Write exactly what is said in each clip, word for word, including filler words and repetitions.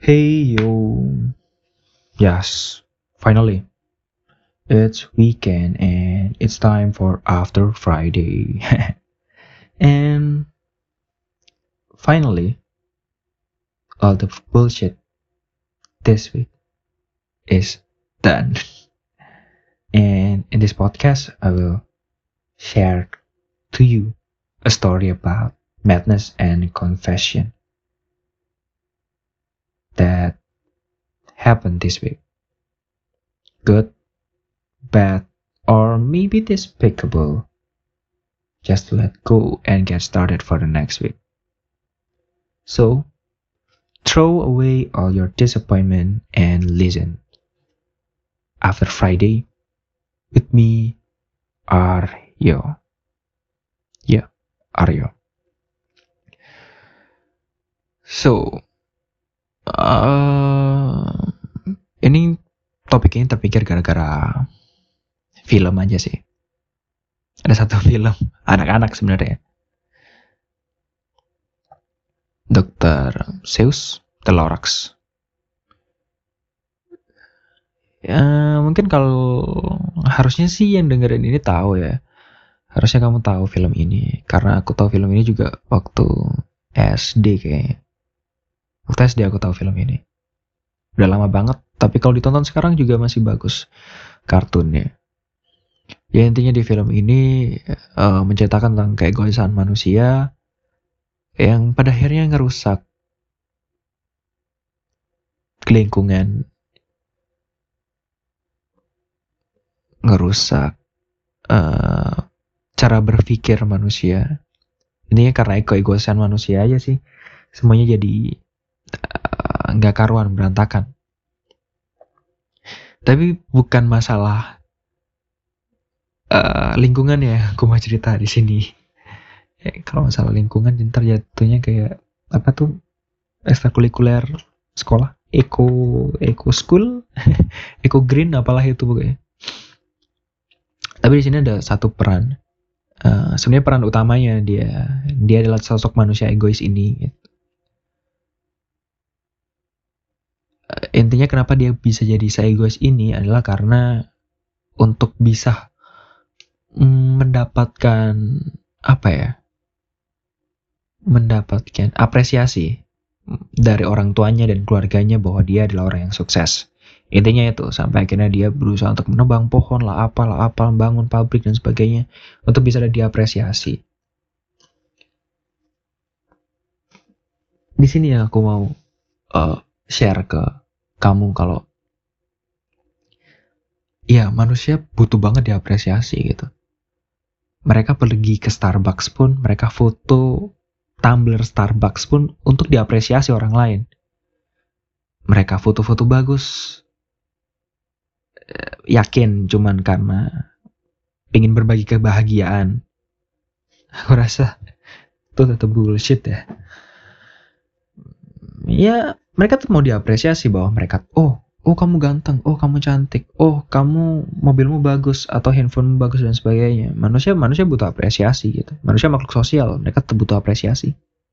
Hey yo, yes, finally, it's weekend and it's time for After Friday. And finally, all the bullshit this week is done. And in this podcast, I will share to you a story about madness and confession that happened this week. Good, bad, or maybe despicable. Just let go and get started for the next week. So, throw away all your disappointment and listen. After Friday, with me, Aryo. Yeah, Aryo. So, uh, ini topik ini terpikir gara-gara film aja sih. Ada satu film anak-anak sebenarnya. dokter Seuss The Lorax. Ya, mungkin kalau harusnya sih yang dengerin ini tahu ya. Harusnya kamu tahu film ini karena aku tahu film ini juga waktu S D kayaknya. Waktu S D aku tahu film ini. Udah lama banget, tapi kalau ditonton sekarang juga masih bagus kartunnya. Ya intinya di film ini uh, menceritakan tentang keegoisan manusia yang pada akhirnya ngerusak lingkungan, ngerusak uh, cara berpikir manusia. Intinya karena keegoisan manusia aja sih, semuanya jadi nggak uh, karuan, berantakan. Tapi bukan masalah uh, lingkungan ya, aku mau cerita di sini. Ya, kalau masalah lingkungan ntar jatuhnya kayak apa tuh ekstrakurikuler sekolah, eco eco school, eco green apalah itu pokoknya. Tapi di sini ada satu peran, uh, sebenarnya peran utamanya dia dia adalah sosok manusia egois ini. Gitu. Uh, intinya kenapa dia bisa jadi seegois ini adalah karena untuk bisa mm, mendapatkan apa ya? mendapatkan apresiasi dari orang tuanya dan keluarganya bahwa dia adalah orang yang sukses. Intinya itu, sampai akhirnya dia berusaha untuk menebang pohon lah, apalah, apa, bangun pabrik dan sebagainya untuk bisa diapresiasi. Di sini ya aku mau uh, share ke kamu kalau ya manusia butuh banget diapresiasi gitu. Mereka pergi ke Starbucks pun, mereka foto tumbler Starbucks pun untuk diapresiasi orang lain. Mereka foto-foto bagus, yakin cuman karena pengen berbagi kebahagiaan. Aku rasa itu tetap bullshit ya. Ya mereka tuh mau diapresiasi bahwa mereka, oh, oh kamu ganteng, oh kamu cantik, oh kamu mobilmu bagus atau handphonemu bagus dan sebagainya. Manusia manusia butuh apresiasi gitu. Manusia makhluk sosial, mereka butuh apresiasi.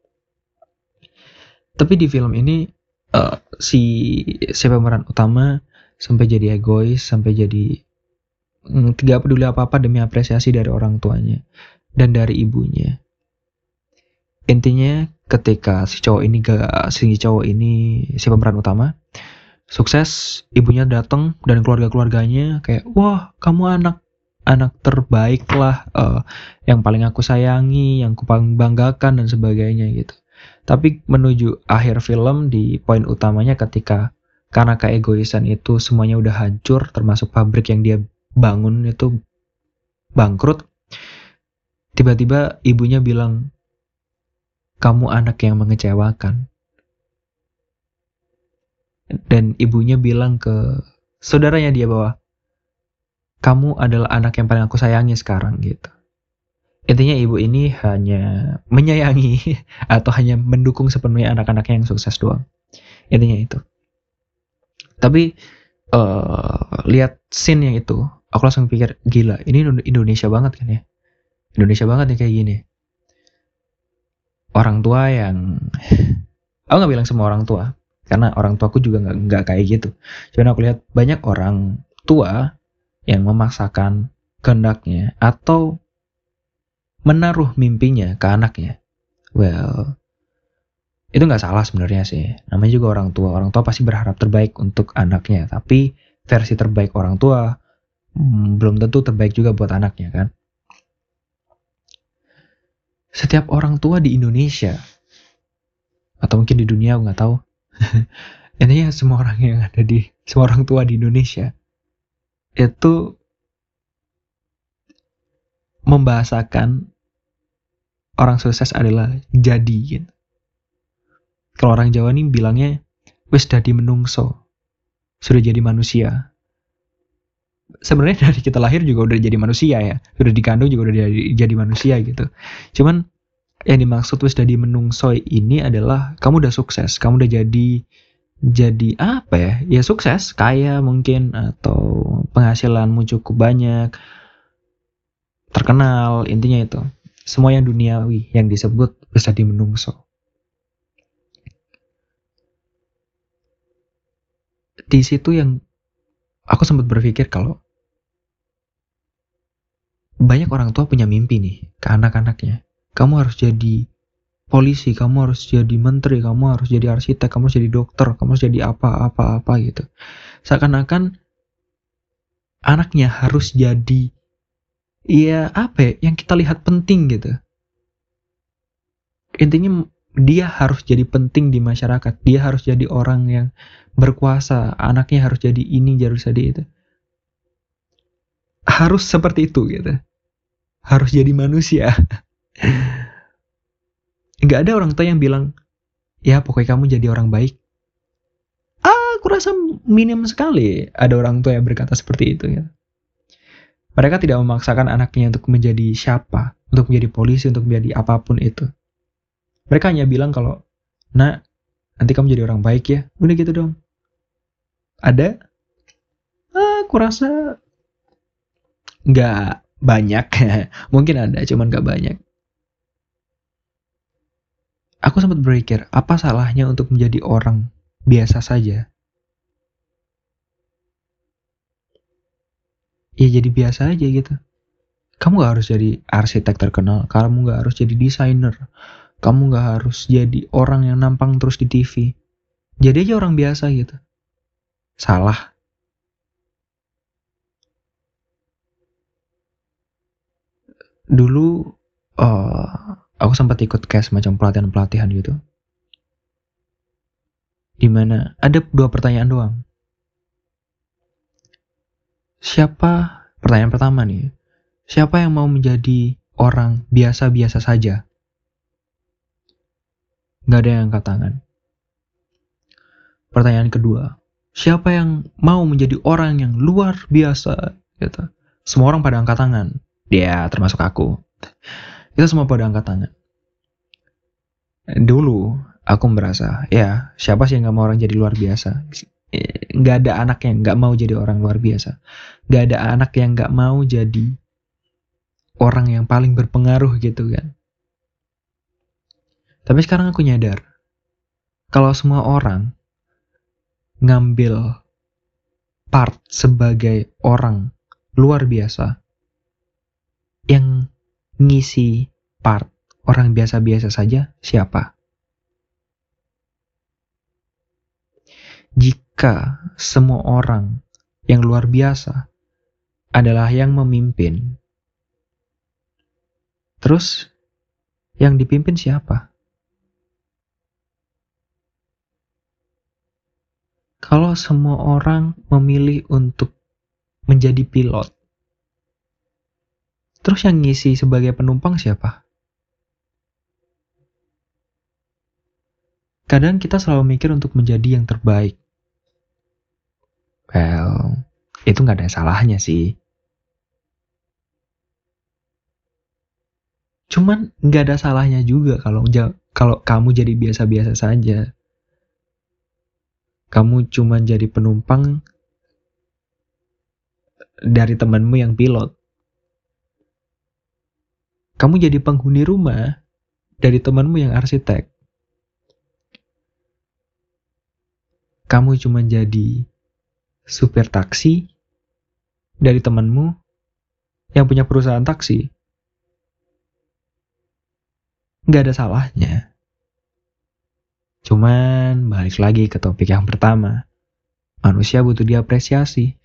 Tapi di film ini uh, si si pemeran utama sampai jadi egois, sampai jadi mm, tidak peduli apa-apa demi apresiasi dari orang tuanya dan dari ibunya. Intinya ketika si cowok ini gak, si cowok ini si pemeran utama sukses, ibunya datang dan keluarga-keluarganya kayak, wah kamu anak anak terbaik lah, uh, yang paling aku sayangi, yang aku paling banggakan dan sebagainya gitu. Tapi menuju akhir film di poin utamanya ketika karena keegoisan itu semuanya udah hancur, termasuk pabrik yang dia bangun itu bangkrut. Tiba-tiba ibunya bilang, kamu anak yang mengecewakan. Dan ibunya bilang ke saudaranya dia bahwa kamu adalah anak yang paling aku sayangi sekarang gitu. Intinya ibu ini hanya menyayangi atau hanya mendukung sepenuhnya anak-anaknya yang sukses doang. Intinya itu. Tapi uh, lihat scene yang itu, aku langsung pikir gila, ini Indonesia banget kan ya. Indonesia banget nih kayak gini. Orang tua yang, aku nggak bilang semua orang tua, karena orang tuaku juga nggak nggak kayak gitu. Cuman aku lihat banyak orang tua yang memaksakan kehendaknya atau menaruh mimpinya ke anaknya. Well, itu nggak salah sebenarnya sih. Namanya juga orang tua. Orang tua pasti berharap terbaik untuk anaknya. Tapi versi terbaik orang tua hmm, belum tentu terbaik juga buat anaknya kan. Setiap orang tua di Indonesia atau mungkin di dunia aku nggak tahu. Intinya semua orang yang ada di semua orang tua di Indonesia itu membahasakan orang sukses adalah jadi gitu. Kalau orang Jawa nih bilangnya wis dadi menungso, sudah jadi manusia. Sebenarnya dari kita lahir juga udah jadi manusia ya, sudah dikandung juga udah jadi, jadi manusia gitu. Cuman yang dimaksud wis dadi menungso ini adalah kamu udah sukses, kamu udah jadi jadi apa ya? Ya sukses, kaya mungkin atau penghasilanmu cukup banyak, terkenal, intinya itu. Semua yang duniawi yang disebut wis dadi menungso. Di situ yang aku sempat berpikir kalau banyak orang tua punya mimpi nih ke anak-anaknya. Kamu harus jadi polisi, kamu harus jadi menteri, kamu harus jadi arsitek, kamu harus jadi dokter, kamu harus jadi apa-apa-apa gitu. Seakan-akan anaknya harus jadi ya apa ya, yang kita lihat penting gitu. Intinya dia harus jadi penting di masyarakat, dia harus jadi orang yang berkuasa, anaknya harus jadi ini, harus jadi itu. Harus seperti itu gitu. Harus jadi manusia. Nggak ada orang tua yang bilang, ya pokoknya kamu jadi orang baik. Ah, aku rasa minim sekali ada orang tua yang berkata seperti itu ya. Mereka tidak memaksakan anaknya untuk menjadi siapa, untuk menjadi polisi, untuk menjadi apapun itu. Mereka hanya bilang kalau, nah, nanti kamu jadi orang baik ya. Udah gitu dong. Ada? Ah, aku rasa nggak banyak. Mungkin ada, cuman nggak banyak. Aku sempat berpikir, apa salahnya untuk menjadi orang biasa saja? Ya jadi biasa aja gitu. Kamu gak harus jadi arsitek terkenal, kamu gak harus jadi desainer, kamu gak harus jadi orang yang nampang terus di T V. Jadi aja orang biasa gitu. Salah. Dulu uh, aku sempat ikut kayak semacam pelatihan-pelatihan gitu. Dimana ada dua pertanyaan doang. Siapa, pertanyaan pertama nih, siapa yang mau menjadi orang biasa-biasa saja? Gak ada yang angkat tangan. Pertanyaan kedua, siapa yang mau menjadi orang yang luar biasa? Gitu. Semua orang pada angkat tangan. Dia termasuk aku. Kita semua pada angkat tangan. Dulu aku merasa, ya siapa sih yang gak mau orang jadi luar biasa? Gak ada anak yang gak mau jadi orang luar biasa. Gak ada anak yang gak mau jadi orang yang paling berpengaruh gitu kan. Tapi sekarang aku nyadar, kalau semua orang ngambil part sebagai orang luar biasa, yang ngisi part orang biasa-biasa saja siapa? Jika semua orang yang luar biasa adalah yang memimpin, terus yang dipimpin siapa? Kalau semua orang memilih untuk menjadi pilot, terus yang ngisi sebagai penumpang siapa? Kadang kita selalu mikir untuk menjadi yang terbaik. Well, itu gak ada salahnya sih. Cuman gak ada salahnya juga kalau kalau kamu jadi biasa-biasa saja. Kamu cuma jadi penumpang dari temanmu yang pilot. Kamu jadi penghuni rumah dari temanmu yang arsitek. kamu cuma jadi supir taksi dari temanmu yang punya perusahaan taksi, nggak ada salahnya. Cuman balik lagi ke topik yang pertama, manusia butuh diapresiasi.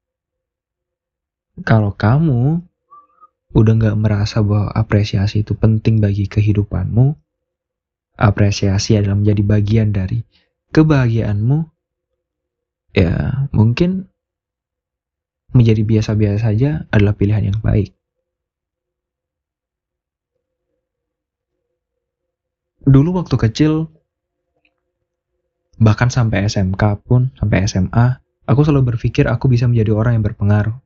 Kalau kamu udah nggak merasa bahwa apresiasi itu penting bagi kehidupanmu, apresiasi adalah menjadi bagian dari kebahagiaanmu, ya mungkin menjadi biasa-biasa saja adalah pilihan yang baik. Dulu waktu kecil, bahkan sampai S M K pun, sampai S M A, aku selalu berpikir aku bisa menjadi orang yang berpengaruh.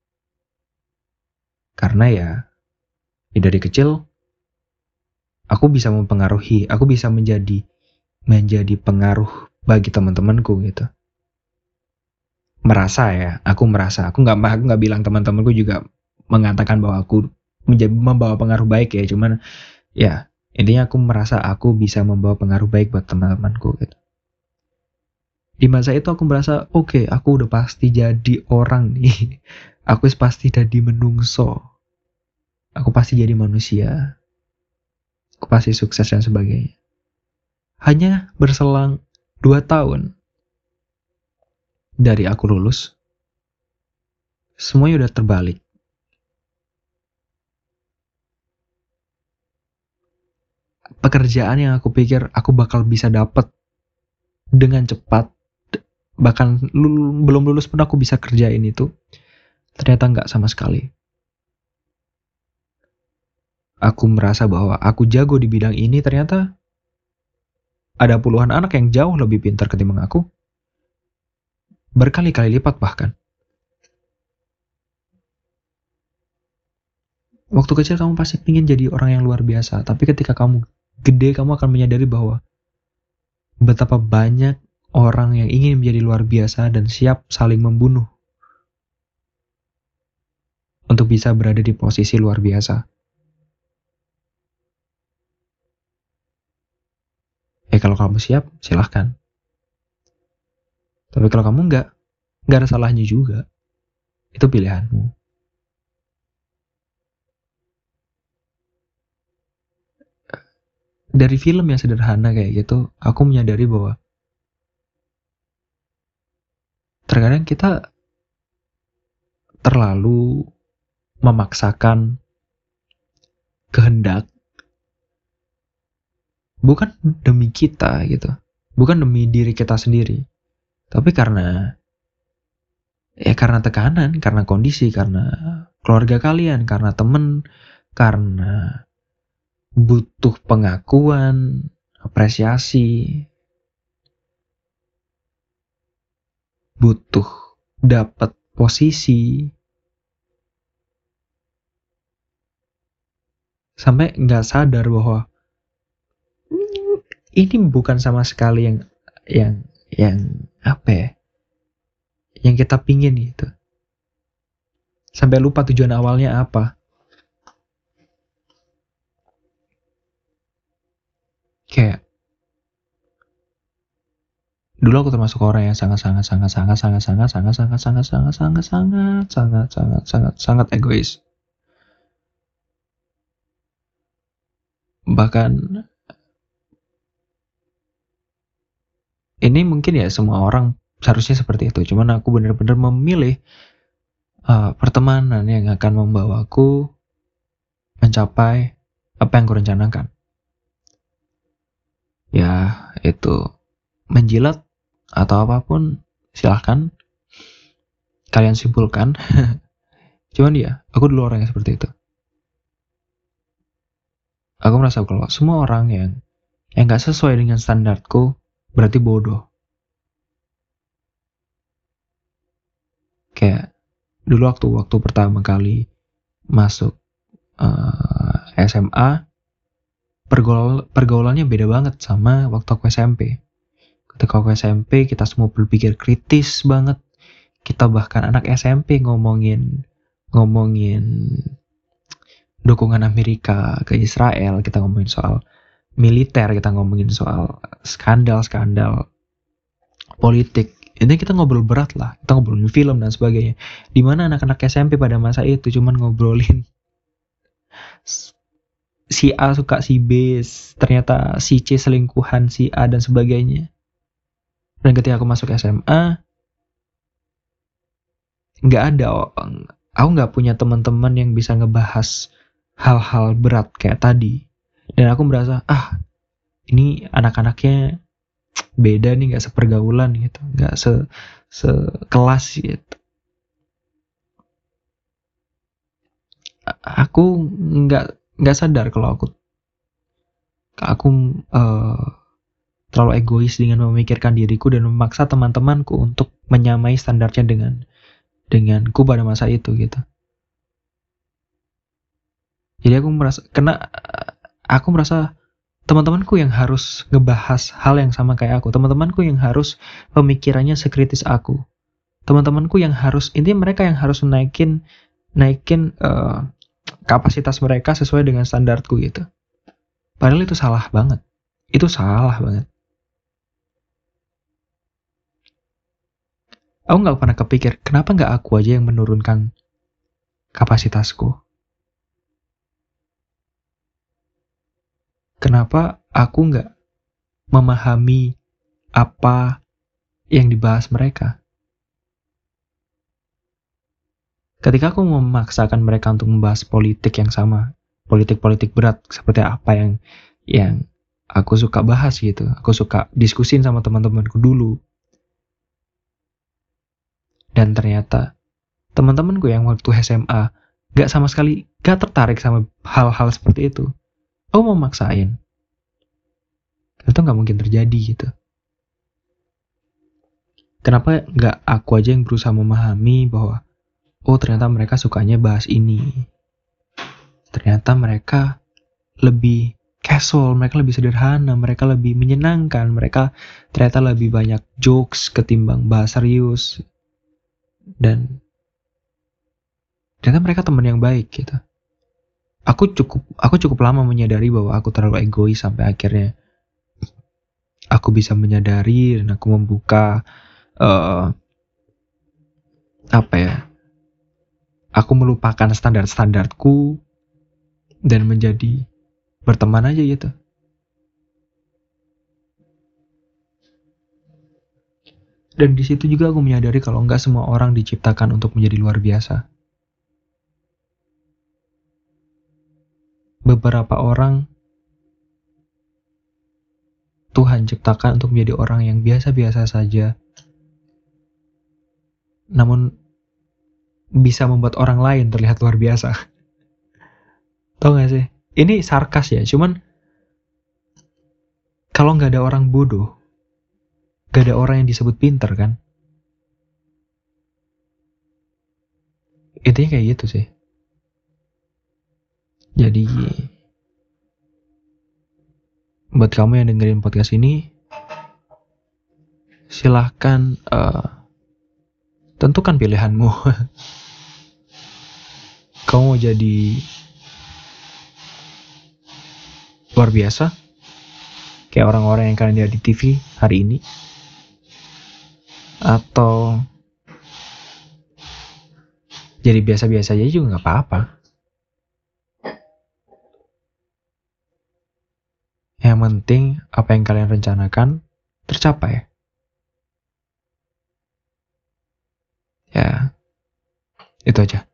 Karena ya, ya dari kecil, aku bisa mempengaruhi, aku bisa menjadi menjadi pengaruh bagi teman-temanku gitu. Merasa ya, aku merasa, aku nggak aku nggak bilang teman-temanku juga mengatakan bahwa aku menjadi membawa pengaruh baik ya, cuman ya intinya aku merasa aku bisa membawa pengaruh baik buat teman-temanku gitu. Di masa itu aku merasa oke, okay, aku udah pasti jadi orang nih, aku pasti jadi menungso, aku pasti jadi manusia, aku pasti sukses dan sebagainya. Hanya berselang dua tahun dari aku lulus, semuanya udah terbalik. Pekerjaan yang aku pikir aku bakal bisa dapat dengan cepat, bahkan lul- belum lulus pun aku bisa kerjain itu, ternyata nggak sama sekali. Aku merasa bahwa aku jago di bidang ini, ternyata ada puluhan anak yang jauh lebih pintar ketimbang aku, berkali-kali lipat bahkan. Waktu kecil kamu pasti ingin jadi orang yang luar biasa, tapi ketika kamu gede, kamu akan menyadari bahwa betapa banyak orang yang ingin menjadi luar biasa dan siap saling membunuh untuk bisa berada di posisi luar biasa. Eh kalau kamu siap, silahkan. Tapi kalau kamu enggak, enggak ada salahnya juga. Itu pilihanmu. Dari film yang sederhana kayak gitu, aku menyadari bahwa terkadang kita terlalu memaksakan kehendak bukan demi kita gitu, bukan demi diri kita sendiri, tapi karena ya karena tekanan, karena kondisi, karena keluarga kalian, karena temen, karena butuh pengakuan, apresiasi, butuh dapat posisi, sampai nggak sadar bahwa ini bukan sama sekali yang yang yang apa ya, yang kita pingin gitu. Sampai lupa tujuan awalnya apa. Kayak dulu aku termasuk orang yang sangat sangat sangat sangat sangat sangat sangat sangat sangat sangat sangat sangat sangat sangat sangat sangat egois. Bahkan ini mungkin ya semua orang seharusnya seperti itu. Cuman aku benar-benar memilih uh, pertemanan yang akan membawaku mencapai apa yang kurencanakan. Ya itu menjilat atau apapun silahkan kalian simpulkan. Cuman ya aku dulu orang yang seperti itu. Aku merasa kalau semua orang yang yang gak sesuai dengan standarku berarti bodoh. Kayak dulu waktu waktu pertama kali masuk uh, S M A, pergaul, pergaulannya beda banget sama waktu aku S M P. Ketika aku S M P, kita semua berpikir kritis banget. Kita bahkan anak S M P ngomongin ngomongin dukungan Amerika ke Israel, kita ngomongin soal militer, kita ngomongin soal skandal-skandal politik. Ini kita ngobrol berat lah, kita ngobrolin film dan sebagainya. Dimana anak-anak S M P pada masa itu cuman ngobrolin si A suka si B, ternyata si C selingkuhan si A dan sebagainya. Dan ketika aku masuk S M A, nggak ada, aku nggak punya teman-teman yang bisa ngebahas hal-hal berat kayak tadi. Dan aku merasa, ah ini anak-anaknya beda nih, nggak sepergaulan gitu, nggak se sekelas gitu. Aku nggak nggak sadar kalau aku aku uh, terlalu egois dengan memikirkan diriku dan memaksa teman-temanku untuk menyamai standarnya dengan denganku pada masa itu gitu. Jadi aku merasa kena aku merasa teman-temanku yang harus ngebahas hal yang sama kayak aku, teman-temanku yang harus pemikirannya sekritis aku, teman-temanku yang harus, intinya mereka yang harus naikin naikin uh, kapasitas mereka sesuai dengan standarku gitu. Padahal itu salah banget. Itu salah banget. Aku gak pernah kepikir, kenapa gak aku aja yang menurunkan kapasitasku? Kenapa aku gak memahami apa yang dibahas mereka? Ketika aku memaksakan mereka untuk membahas politik yang sama, politik-politik berat seperti apa yang yang aku suka bahas gitu, aku suka diskusin sama teman-temanku dulu. Dan ternyata teman-temanku yang waktu S M A gak sama sekali gak tertarik sama hal-hal seperti itu. Aku mau maksain, itu gak mungkin terjadi gitu. Kenapa gak aku aja yang berusaha memahami bahwa oh ternyata mereka sukanya bahas ini. Ternyata mereka lebih casual, mereka lebih sederhana, mereka lebih menyenangkan, mereka ternyata lebih banyak jokes ketimbang bahas serius. Dan ternyata mereka teman yang baik gitu. Aku cukup aku cukup lama menyadari bahwa aku terlalu egois sampai akhirnya aku bisa menyadari dan aku membuka uh, apa ya? Aku melupakan standar-standarku dan menjadi berteman aja gitu. Dan di situ juga aku menyadari kalau nggak semua orang diciptakan untuk menjadi luar biasa. Beberapa orang Tuhan ciptakan untuk menjadi orang yang biasa-biasa saja, namun bisa membuat orang lain terlihat luar biasa. Tau gak sih? Ini sarkas ya, cuman kalau gak ada orang bodoh, gak ada orang yang disebut pinter kan? Intinya kayak gitu sih. Jadi buat kamu yang dengerin podcast ini, silahkan uh, tentukan pilihanmu. Kamu mau jadi luar biasa kayak orang-orang yang kalian lihat di T V hari ini, atau jadi biasa-biasa aja juga gak apa-apa. Yang penting apa yang kalian rencanakan tercapai. Ya, itu aja.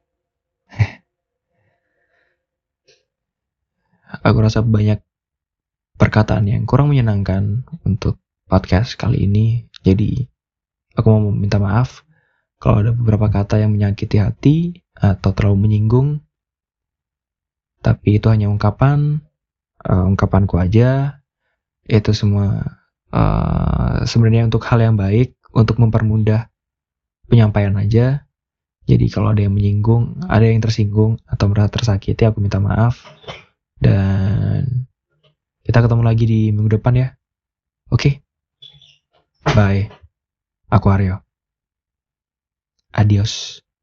Aku rasa banyak perkataan yang kurang menyenangkan untuk podcast kali ini. Jadi aku mau minta maaf kalau ada beberapa kata yang menyakiti hati atau terlalu menyinggung. Tapi itu hanya ungkapan, uh, ungkapanku aja. Itu semua uh, sebenarnya untuk hal yang baik, untuk mempermudah penyampaian aja. Jadi kalau ada yang menyinggung, ada yang tersinggung atau merasa tersakiti, aku minta maaf. Dan kita ketemu lagi di minggu depan ya. Oke. Okay? Bye. Aku Aryo. Adios.